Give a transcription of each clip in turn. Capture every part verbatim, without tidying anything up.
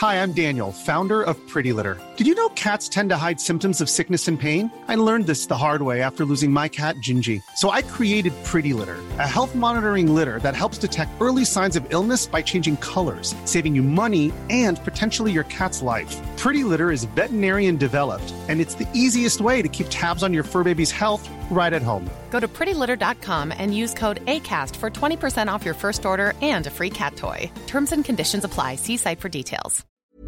Hi, I'm Daniel, founder of Pretty Litter. Did you know cats tend to hide symptoms of sickness and pain? I learned this the hard way after losing my cat, Gingy. So I created Pretty Litter, a health monitoring litter that helps detect early signs of illness by changing colors, saving you money and potentially your cat's life. Pretty Litter is veterinarian developed, and it's the easiest way to keep tabs on your fur baby's health right at home. Go to pretty litter dot com and use code ACAST for twenty percent off your first order and a free cat toy. Terms and conditions apply. See site for details.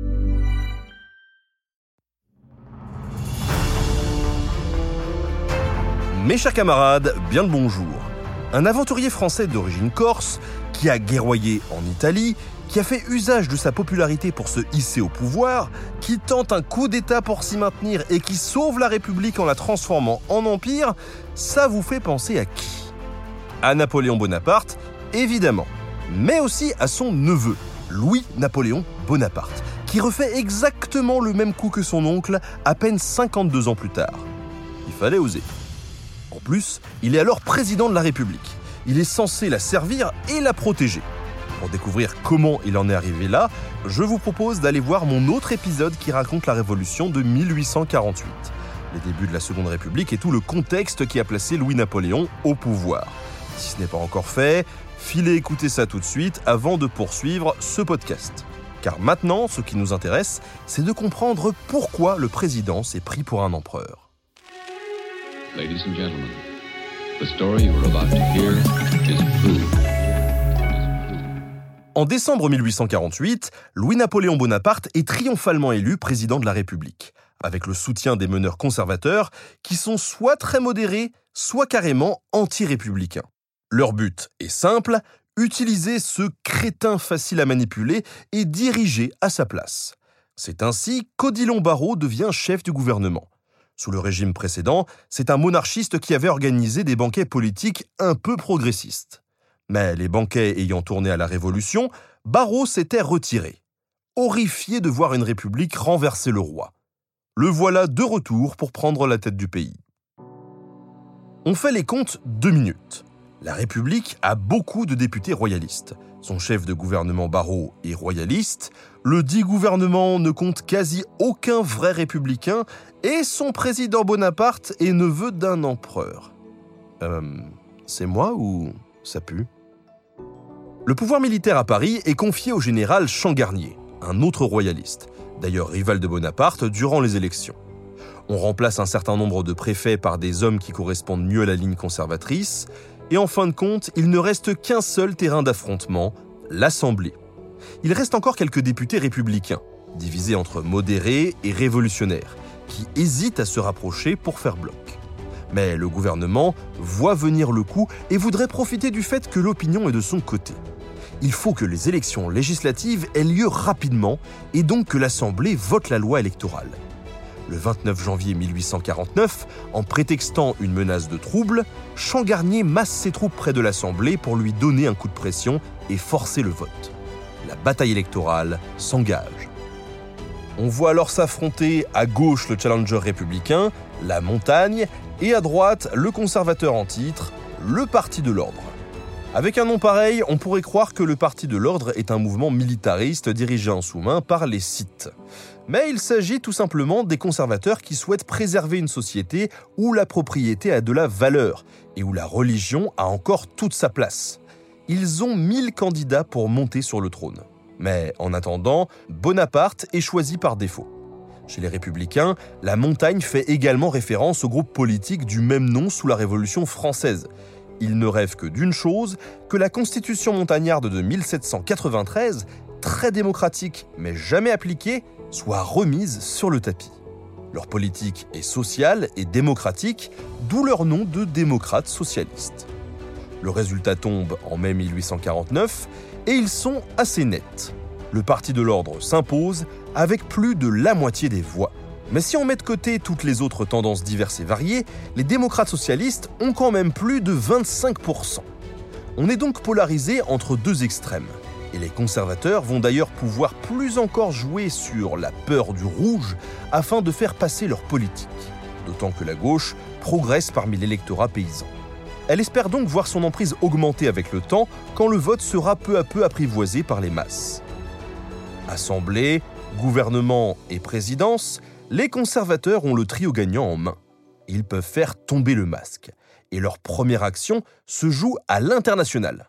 Mes chers camarades, bien le bonjour. Un aventurier français d'origine corse qui a guerroyé en Italie, qui a fait usage de sa popularité pour se hisser au pouvoir, qui tente un coup d'État pour s'y maintenir et qui sauve la République en la transformant en empire, ça vous fait penser à qui ? À Napoléon Bonaparte, évidemment, mais aussi à son neveu, Louis-Napoléon Bonaparte, qui refait exactement le même coup que son oncle à peine cinquante-deux ans plus tard. Il fallait oser. En plus, il est alors président de la République. Il est censé la servir et la protéger. Pour découvrir comment il en est arrivé là, je vous propose d'aller voir mon autre épisode qui raconte la Révolution de mille huit cent quarante-huit, les débuts de la Seconde République et tout le contexte qui a placé Louis-Napoléon au pouvoir. Si ce n'est pas encore fait, filez écouter ça tout de suite avant de poursuivre ce podcast. Car maintenant, ce qui nous intéresse, c'est de comprendre pourquoi le président s'est pris pour un empereur. Ladies and gentlemen, the story you are about to hear is true. En décembre mille huit cent quarante-huit, Louis-Napoléon Bonaparte est triomphalement élu président de la République, avec le soutien des meneurs conservateurs qui sont soit très modérés, soit carrément anti-républicains. Leur but est simple, utiliser ce crétin facile à manipuler et diriger à sa place. C'est ainsi qu'Odilon Barrot devient chef du gouvernement. Sous le régime précédent, c'est un monarchiste qui avait organisé des banquets politiques un peu progressistes. Mais les banquets ayant tourné à la Révolution, Barrot s'était retiré, horrifié de voir une république renverser le roi. Le voilà de retour pour prendre la tête du pays. On fait les comptes deux minutes. La République a beaucoup de députés royalistes. Son chef de gouvernement Barrot est royaliste, le dit gouvernement ne compte quasi aucun vrai républicain et son président Bonaparte est neveu d'un empereur. Euh, c'est moi ou ça pue ? Le pouvoir militaire à Paris est confié au général Changarnier, un autre royaliste, d'ailleurs rival de Bonaparte durant les élections. On remplace un certain nombre de préfets par des hommes qui correspondent mieux à la ligne conservatrice, et en fin de compte, il ne reste qu'un seul terrain d'affrontement, l'Assemblée. Il reste encore quelques députés républicains, divisés entre modérés et révolutionnaires, qui hésitent à se rapprocher pour faire bloc. Mais le gouvernement voit venir le coup et voudrait profiter du fait que l'opinion est de son côté. Il faut que les élections législatives aient lieu rapidement et donc que l'Assemblée vote la loi électorale. Le vingt-neuf janvier mille huit cent quarante-neuf, en prétextant une menace de trouble, Changarnier masse ses troupes près de l'Assemblée pour lui donner un coup de pression et forcer le vote. La bataille électorale s'engage. On voit alors s'affronter à gauche le challenger républicain, la Montagne, et à droite le conservateur en titre, le Parti de l'Ordre. Avec un nom pareil, on pourrait croire que le Parti de l'Ordre est un mouvement militariste dirigé en sous-main par les Scythes. Mais il s'agit tout simplement des conservateurs qui souhaitent préserver une société où la propriété a de la valeur et où la religion a encore toute sa place. Ils ont mille candidats pour monter sur le trône. Mais en attendant, Bonaparte est choisi par défaut. Chez les Républicains, la Montagne fait également référence au groupe politique du même nom sous la Révolution française. Ils ne rêvent que d'une chose, que la Constitution montagnarde de mille sept cent quatre-vingt-treize, très démocratique mais jamais appliquée, soit remise sur le tapis. Leur politique est sociale et démocratique, d'où leur nom de démocrates socialistes. Le résultat tombe en mai mille huit cent quarante-neuf et ils sont assez nets. Le Parti de l'Ordre s'impose avec plus de la moitié des voix. Mais si on met de côté toutes les autres tendances diverses et variées, les démocrates socialistes ont quand même plus de vingt-cinq pour cent. On est donc polarisé entre deux extrêmes. Et les conservateurs vont d'ailleurs pouvoir plus encore jouer sur la peur du rouge afin de faire passer leur politique. D'autant que la gauche progresse parmi l'électorat paysan. Elle espère donc voir son emprise augmenter avec le temps quand le vote sera peu à peu apprivoisé par les masses. Assemblée, Gouvernement et présidence, les conservateurs ont le trio gagnant en main. Ils peuvent faire tomber le masque. Et leur première action se joue à l'international.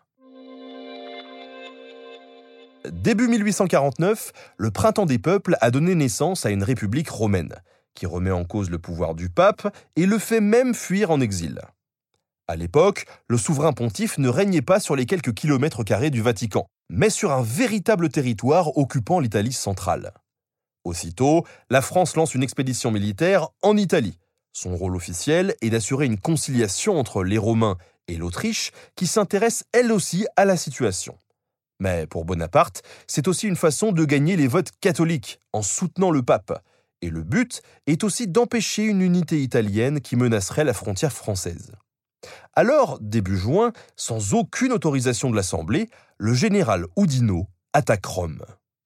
Début mille huit cent quarante-neuf, le Printemps des peuples a donné naissance à une république romaine, qui remet en cause le pouvoir du pape et le fait même fuir en exil. À l'époque, le souverain pontife ne régnait pas sur les quelques kilomètres carrés du Vatican, mais sur un véritable territoire occupant l'Italie centrale. Aussitôt, la France lance une expédition militaire en Italie. Son rôle officiel est d'assurer une conciliation entre les Romains et l'Autriche, qui s'intéresse elle aussi à la situation. Mais pour Bonaparte, c'est aussi une façon de gagner les votes catholiques en soutenant le pape. Et le but est aussi d'empêcher une unité italienne qui menacerait la frontière française. Alors, début juin, sans aucune autorisation de l'Assemblée, le général Oudinot attaque Rome.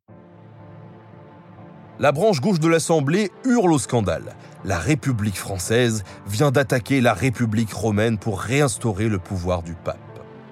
La branche gauche de l'Assemblée hurle au scandale. La République française vient d'attaquer la République romaine pour réinstaurer le pouvoir du pape.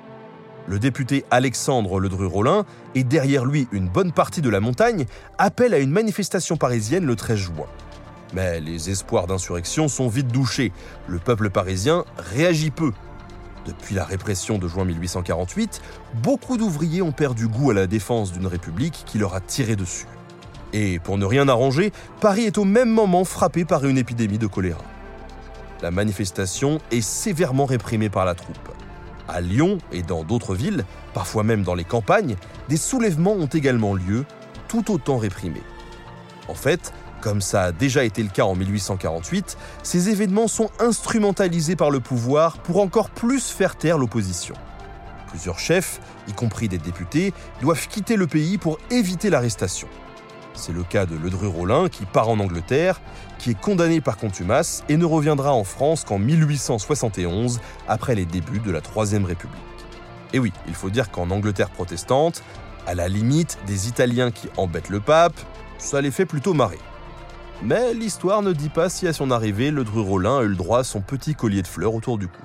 Le député Alexandre Ledru-Rollin, et derrière lui une bonne partie de la montagne, appelle à une manifestation parisienne le treize juin. Mais les espoirs d'insurrection sont vite douchés. Le peuple parisien réagit peu. Depuis la répression de juin mille huit cent quarante-huit, beaucoup d'ouvriers ont perdu goût à la défense d'une république qui leur a tiré dessus. Et pour ne rien arranger, Paris est au même moment frappé par une épidémie de choléra. La manifestation est sévèrement réprimée par la troupe. À Lyon et dans d'autres villes, parfois même dans les campagnes, des soulèvements ont également lieu, tout autant réprimés. En fait, comme ça a déjà été le cas en mille huit cent quarante-huit, ces événements sont instrumentalisés par le pouvoir pour encore plus faire taire l'opposition. Plusieurs chefs, y compris des députés, doivent quitter le pays pour éviter l'arrestation. C'est le cas de Ledru-Rollin qui part en Angleterre, qui est condamné par contumace et ne reviendra en France qu'en mille huit cent soixante et onze, après les débuts de la Troisième République. Et oui, il faut dire qu'en Angleterre protestante, à la limite, des Italiens qui embêtent le pape, ça les fait plutôt marrer. Mais l'histoire ne dit pas si à son arrivée, Ledru-Rollin a eu le droit à son petit collier de fleurs autour du cou.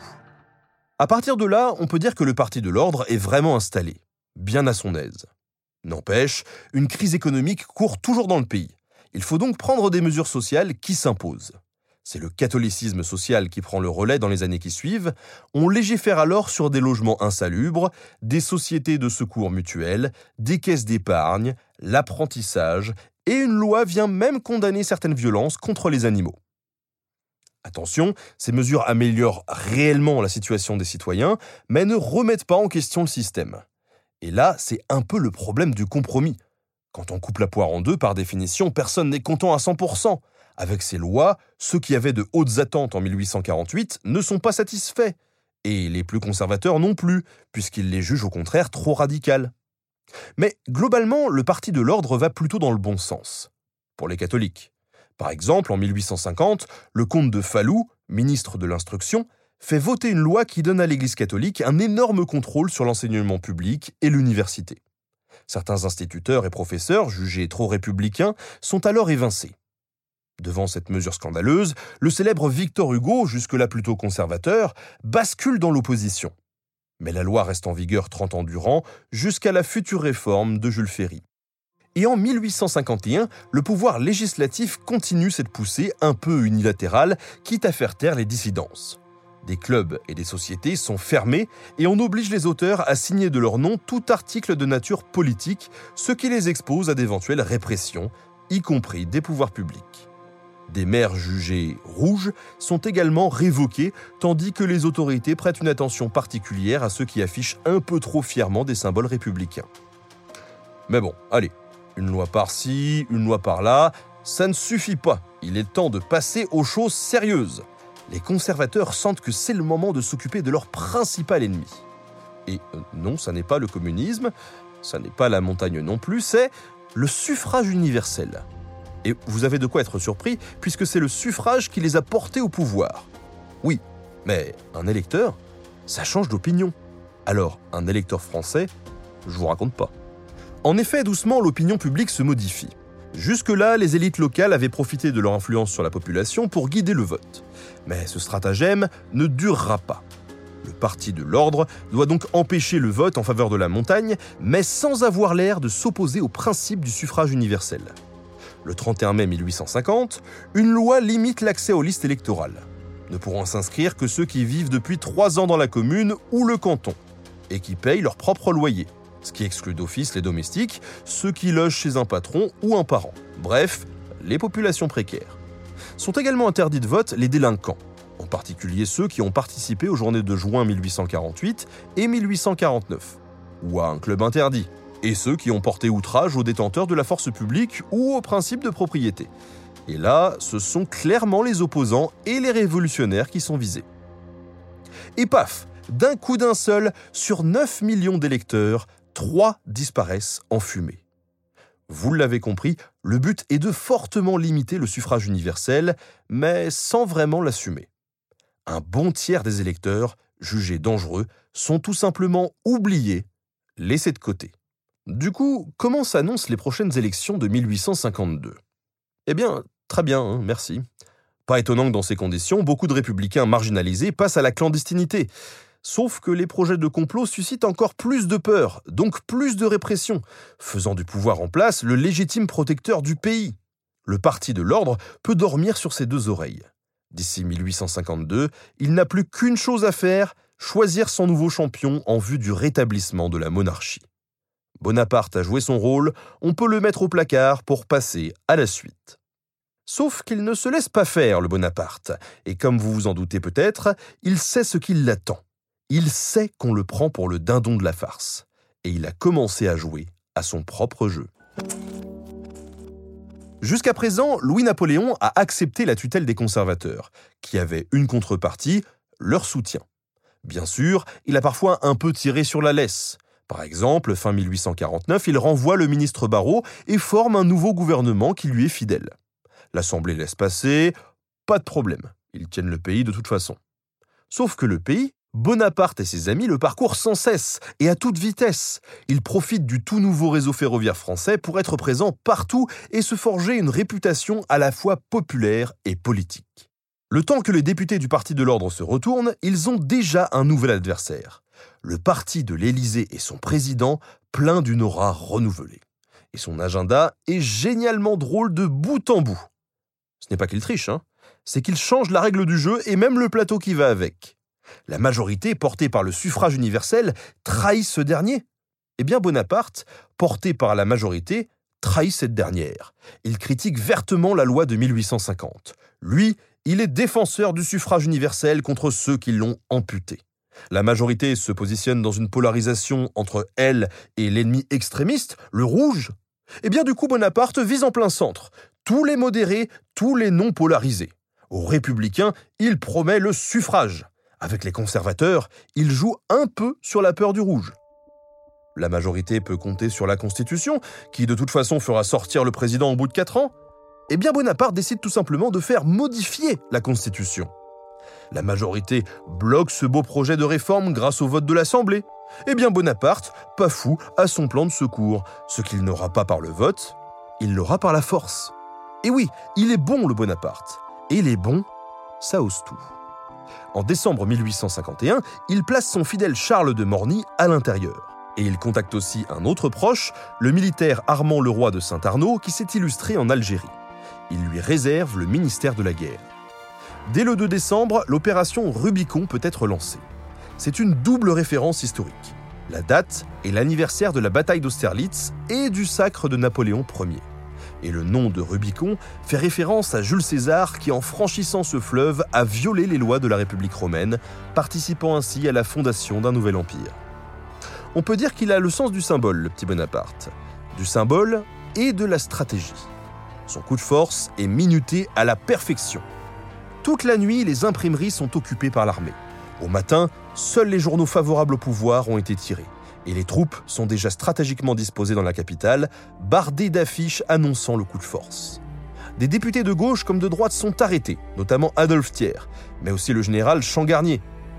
À partir de là, on peut dire que le Parti de l'Ordre est vraiment installé, bien à son aise. N'empêche, une crise économique court toujours dans le pays. Il faut donc prendre des mesures sociales qui s'imposent. C'est le catholicisme social qui prend le relais dans les années qui suivent. On légifère alors sur des logements insalubres, des sociétés de secours mutuels, des caisses d'épargne, l'apprentissage, et une loi vient même condamner certaines violences contre les animaux. Attention, ces mesures améliorent réellement la situation des citoyens, mais ne remettent pas en question le système. Et là, c'est un peu le problème du compromis. Quand on coupe la poire en deux, par définition, personne n'est content à cent pour cent. Avec ces lois, ceux qui avaient de hautes attentes en mille huit cent quarante-huit ne sont pas satisfaits. Et les plus conservateurs non plus, puisqu'ils les jugent au contraire trop radicales. Mais globalement, le Parti de l'Ordre va plutôt dans le bon sens. Pour les catholiques. Par exemple, en mille huit cent cinquante, le comte de Falloux, ministre de l'Instruction, fait voter une loi qui donne à l'Église catholique un énorme contrôle sur l'enseignement public et l'université. Certains instituteurs et professeurs, jugés trop républicains, sont alors évincés. Devant cette mesure scandaleuse, le célèbre Victor Hugo, jusque-là plutôt conservateur, bascule dans l'opposition. Mais la loi reste en vigueur trente ans durant, jusqu'à la future réforme de Jules Ferry. Et en mille huit cent cinquante et un, le pouvoir législatif continue cette poussée un peu unilatérale, quitte à faire taire les dissidences. Des clubs et des sociétés sont fermés et on oblige les auteurs à signer de leur nom tout article de nature politique, ce qui les expose à d'éventuelles répressions, y compris des pouvoirs publics. Des maires jugés rouges sont également révoqués, tandis que les autorités prêtent une attention particulière à ceux qui affichent un peu trop fièrement des symboles républicains. Mais bon, allez, une loi par-ci, une loi par-là, ça ne suffit pas. Il est temps de passer aux choses sérieuses. Les conservateurs sentent que c'est le moment de s'occuper de leur principal ennemi. Et euh, non, ça n'est pas le communisme, ça n'est pas la montagne non plus, c'est le suffrage universel. Et vous avez de quoi être surpris, puisque c'est le suffrage qui les a portés au pouvoir. Oui, mais un électeur, ça change d'opinion. Alors, un électeur français, je vous raconte pas. En effet, doucement, l'opinion publique se modifie. Jusque-là, les élites locales avaient profité de leur influence sur la population pour guider le vote. Mais ce stratagème ne durera pas. Le Parti de l'Ordre doit donc empêcher le vote en faveur de la montagne, mais sans avoir l'air de s'opposer au principe du suffrage universel. Le trente et un mai mille huit cent cinquante, une loi limite l'accès aux listes électorales. Ne pourront s'inscrire que ceux qui vivent depuis trois ans dans la commune ou le canton et qui payent leur propre loyer, ce qui exclut d'office les domestiques, ceux qui logent chez un patron ou un parent. Bref, les populations précaires. Sont également interdits de vote les délinquants, en particulier ceux qui ont participé aux journées de juin mille huit cent quarante-huit et mille huit cent quarante-neuf, ou à un club interdit, et ceux qui ont porté outrage aux détenteurs de la force publique ou au principe de propriété. Et là, ce sont clairement les opposants et les révolutionnaires qui sont visés. Et paf, d'un coup d'un seul, sur neuf millions d'électeurs, trois disparaissent en fumée. Vous l'avez compris, le but est de fortement limiter le suffrage universel, mais sans vraiment l'assumer. Un bon tiers des électeurs, jugés dangereux, sont tout simplement oubliés, laissés de côté. Du coup, comment s'annoncent les prochaines élections de mille huit cent cinquante-deux ? Eh bien, très bien, hein, merci. Pas étonnant que dans ces conditions, beaucoup de républicains marginalisés passent à la clandestinité. Sauf que les projets de complot suscitent encore plus de peur, donc plus de répression, faisant du pouvoir en place le légitime protecteur du pays. Le parti de l'ordre peut dormir sur ses deux oreilles. D'ici mille huit cent cinquante-deux, il n'a plus qu'une chose à faire, choisir son nouveau champion en vue du rétablissement de la monarchie. Bonaparte a joué son rôle, on peut le mettre au placard pour passer à la suite. Sauf qu'il ne se laisse pas faire, le Bonaparte, et comme vous vous en doutez peut-être, il sait ce qui l'attend. Il sait qu'on le prend pour le dindon de la farce, et il a commencé à jouer à son propre jeu. Jusqu'à présent, Louis-Napoléon a accepté la tutelle des conservateurs, qui avaient une contrepartie, leur soutien. Bien sûr, il a parfois un peu tiré sur la laisse. Par exemple, fin mille huit cent quarante-neuf, il renvoie le ministre Barrot et forme un nouveau gouvernement qui lui est fidèle. L'Assemblée laisse passer, pas de problème, ils tiennent le pays de toute façon. Sauf que le pays, Bonaparte et ses amis le parcourent sans cesse et à toute vitesse. Ils profitent du tout nouveau réseau ferroviaire français pour être présents partout et se forger une réputation à la fois populaire et politique. Le temps que les députés du Parti de l'Ordre se retournent, ils ont déjà un nouvel adversaire. Le parti de l'Élysée et son président, plein d'une aura renouvelée. Et son agenda est génialement drôle de bout en bout. Ce n'est pas qu'il triche, hein, c'est qu'il change la règle du jeu et même le plateau qui va avec. La majorité, portée par le suffrage universel, trahit ce dernier. Eh bien Bonaparte, porté par la majorité, trahit cette dernière. Il critique vertement la loi de mille huit cent cinquante. Lui, il est défenseur du suffrage universel contre ceux qui l'ont amputé. La majorité se positionne dans une polarisation entre elle et l'ennemi extrémiste, le rouge. Eh bien du coup Bonaparte vise en plein centre. Tous les modérés, tous les non polarisés. Aux républicains, il promet le suffrage. Avec les conservateurs, il joue un peu sur la peur du rouge. La majorité peut compter sur la Constitution, qui de toute façon fera sortir le président au bout de quatre ans. Eh bien Bonaparte décide tout simplement de faire modifier la Constitution. La majorité bloque ce beau projet de réforme grâce au vote de l'Assemblée. Eh bien Bonaparte, pas fou, a son plan de secours. Ce qu'il n'aura pas par le vote, il l'aura par la force. Et oui, il est bon le Bonaparte. Et les bons, ça ose tout. En décembre mille huit cent cinquante et un, il place son fidèle Charles de Morny à l'intérieur. Et il contacte aussi un autre proche, le militaire Armand Leroy de Saint-Arnaud, qui s'est illustré en Algérie. Il lui réserve le ministère de la guerre. Dès le deux décembre, l'opération Rubicon peut être lancée. C'est une double référence historique. La date est l'anniversaire de la bataille d'Austerlitz et du sacre de Napoléon Ier. Et le nom de Rubicon fait référence à Jules César qui, en franchissant ce fleuve, a violé les lois de la République romaine, participant ainsi à la fondation d'un nouvel empire. On peut dire qu'il a le sens du symbole, le petit Bonaparte. Du symbole et de la stratégie. Son coup de force est minuté à la perfection. Toute la nuit, les imprimeries sont occupées par l'armée. Au matin, seuls les journaux favorables au pouvoir ont été tirés. Et les troupes sont déjà stratégiquement disposées dans la capitale, bardées d'affiches annonçant le coup de force. Des députés de gauche comme de droite sont arrêtés, notamment Adolphe Thiers, mais aussi le général Changarnier.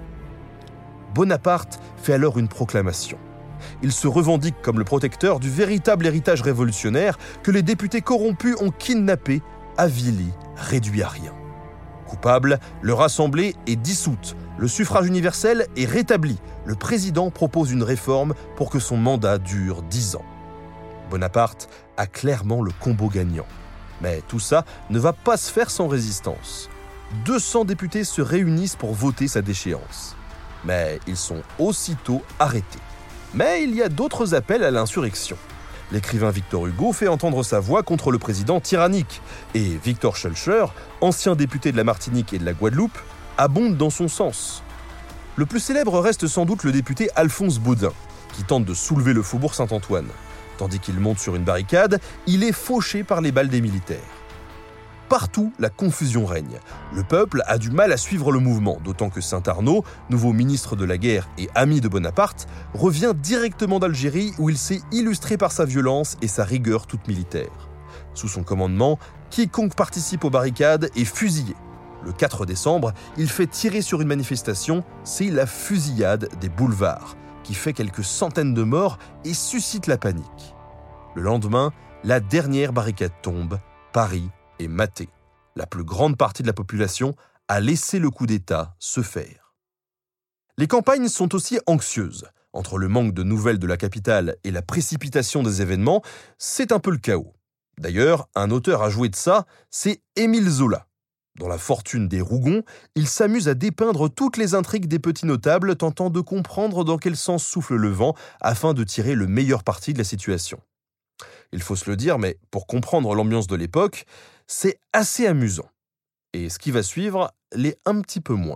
Bonaparte fait alors une proclamation. Il se revendique comme le protecteur du véritable héritage révolutionnaire que les députés corrompus ont kidnappé, avili, réduit à rien. Coupable, leur assemblée est dissoute, le suffrage universel est rétabli, le président propose une réforme pour que son mandat dure dix ans. Bonaparte a clairement le combo gagnant. Mais tout ça ne va pas se faire sans résistance. deux cents députés se réunissent pour voter sa déchéance. Mais ils sont aussitôt arrêtés. Mais il y a d'autres appels à l'insurrection. L'écrivain Victor Hugo fait entendre sa voix contre le président tyrannique. Et Victor Schœlcher, ancien député de la Martinique et de la Guadeloupe, abonde dans son sens. Le plus célèbre reste sans doute le député Alphonse Baudin, qui tente de soulever le faubourg Saint-Antoine. Tandis qu'il monte sur une barricade, il est fauché par les balles des militaires. Partout, la confusion règne. Le peuple a du mal à suivre le mouvement, d'autant que Saint-Arnaud, nouveau ministre de la guerre et ami de Bonaparte, revient directement d'Algérie où il s'est illustré par sa violence et sa rigueur toute militaire. Sous son commandement, quiconque participe aux barricades est fusillé. Le quatre décembre, il fait tirer sur une manifestation, c'est la fusillade des boulevards, qui fait quelques centaines de morts et suscite la panique. Le lendemain, la dernière barricade tombe, Paris est maté. La plus grande partie de la population a laissé le coup d'État se faire. Les campagnes sont aussi anxieuses. Entre le manque de nouvelles de la capitale et la précipitation des événements, c'est un peu le chaos. D'ailleurs, un auteur a joué de ça, c'est Émile Zola. Dans La fortune des Rougons, il s'amuse à dépeindre toutes les intrigues des petits notables, tentant de comprendre dans quel sens souffle le vent afin de tirer le meilleur parti de la situation. Il faut se le dire, mais pour comprendre l'ambiance de l'époque, c'est assez amusant. Et ce qui va suivre l'est un petit peu moins.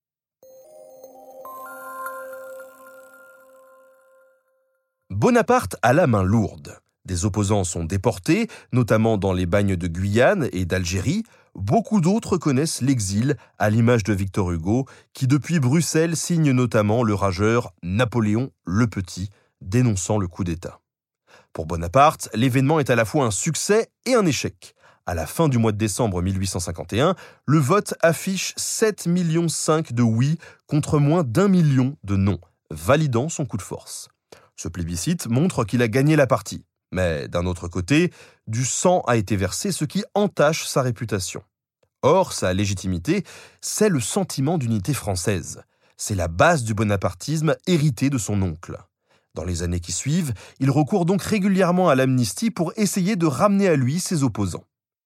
Bonaparte a la main lourde. Des opposants sont déportés, notamment dans les bagnes de Guyane et d'Algérie. Beaucoup d'autres connaissent l'exil, à l'image de Victor Hugo, qui depuis Bruxelles signe notamment le rageur Napoléon le Petit, dénonçant le coup d'État. Pour Bonaparte, l'événement est à la fois un succès et un échec. À la fin du mois de décembre mille huit cent cinquante et un, le vote affiche sept virgule cinq millions de oui contre moins d'un million de non, validant son coup de force. Ce plébiscite montre qu'il a gagné la partie. Mais d'un autre côté, du sang a été versé, ce qui entache sa réputation. Or, sa légitimité, c'est le sentiment d'unité française. C'est la base du bonapartisme hérité de son oncle. Dans les années qui suivent, il recourt donc régulièrement à l'amnistie pour essayer de ramener à lui ses opposants.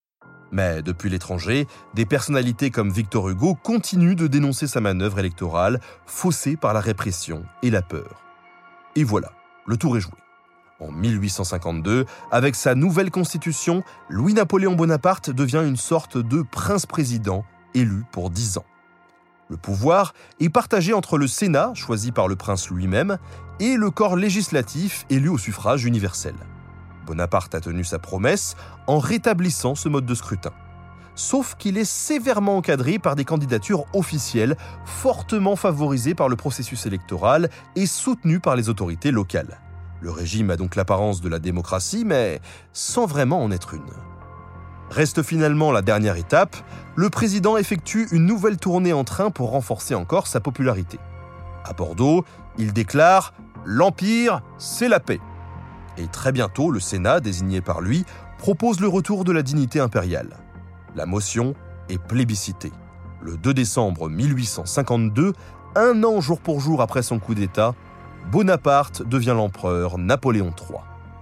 Mais depuis l'étranger, des personnalités comme Victor Hugo continuent de dénoncer sa manœuvre électorale, faussée par la répression et la peur. Et voilà, le tour est joué. En mille huit cent cinquante-deux, avec sa nouvelle constitution, Louis-Napoléon Bonaparte devient une sorte de prince-président élu pour dix ans. Le pouvoir est partagé entre le Sénat, choisi par le prince lui-même, et le corps législatif élu au suffrage universel. Bonaparte a tenu sa promesse en rétablissant ce mode de scrutin. Sauf qu'il est sévèrement encadré par des candidatures officielles, fortement favorisées par le processus électoral et soutenues par les autorités locales. Le régime a donc l'apparence de la démocratie, mais sans vraiment en être une. Reste finalement la dernière étape, le président effectue une nouvelle tournée en train pour renforcer encore sa popularité. À Bordeaux, il déclare « L'Empire, c'est la paix ». Et très bientôt, le Sénat, désigné par lui, propose le retour de la dignité impériale. La motion est plébiscitée. Le deux décembre mille huit cent cinquante-deux, un an jour pour jour après son coup d'État, Bonaparte devient l'empereur Napoléon trois.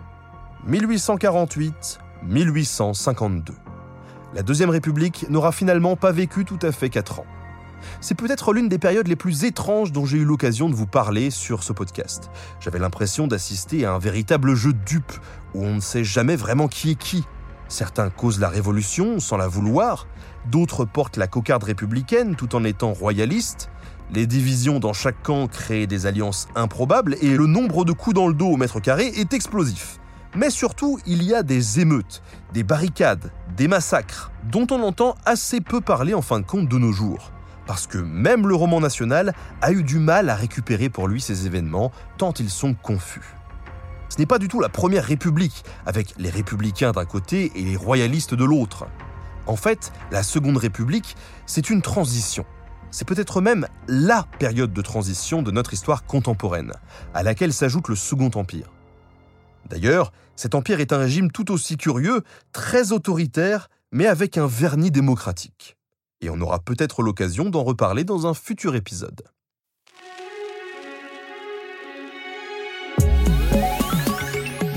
mille huit cent quarante-huit à mille huit cent cinquante-deux. La Deuxième République n'aura finalement pas vécu tout à fait quatre ans. C'est peut-être l'une des périodes les plus étranges dont j'ai eu l'occasion de vous parler sur ce podcast. J'avais l'impression d'assister à un véritable jeu de dupes, où on ne sait jamais vraiment qui est qui. Certains causent la révolution sans la vouloir, d'autres portent la cocarde républicaine tout en étant royalistes. Les divisions dans chaque camp créent des alliances improbables et le nombre de coups dans le dos au mètre carré est explosif. Mais surtout, il y a des émeutes, des barricades, des massacres, dont on entend assez peu parler en fin de compte de nos jours. Parce que même le roman national a eu du mal à récupérer pour lui ces événements, tant ils sont confus. Ce n'est pas du tout la première république, avec les républicains d'un côté et les royalistes de l'autre. En fait, la Seconde République, c'est une transition. C'est peut-être même la période de transition de notre histoire contemporaine, à laquelle s'ajoute le Second Empire. D'ailleurs, cet empire est un régime tout aussi curieux, très autoritaire, mais avec un vernis démocratique. Et on aura peut-être l'occasion d'en reparler dans un futur épisode.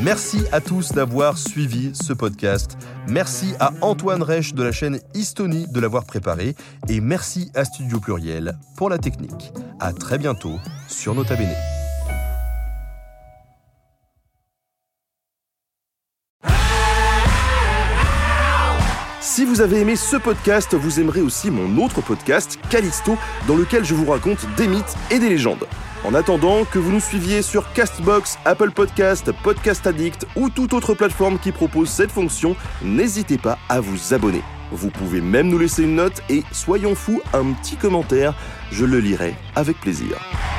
Merci à tous d'avoir suivi ce podcast. Merci à Antoine Reich de la chaîne Histonie de l'avoir préparé. Et merci à Studio Pluriel pour la technique. À très bientôt sur Nota Bene. Si vous avez aimé ce podcast, vous aimerez aussi mon autre podcast, Callisto, dans lequel je vous raconte des mythes et des légendes. En attendant que vous nous suiviez sur Castbox, Apple Podcast, Podcast Addict ou toute autre plateforme qui propose cette fonction, n'hésitez pas à vous abonner. Vous pouvez même nous laisser une note et, soyons fous, un petit commentaire, je le lirai avec plaisir.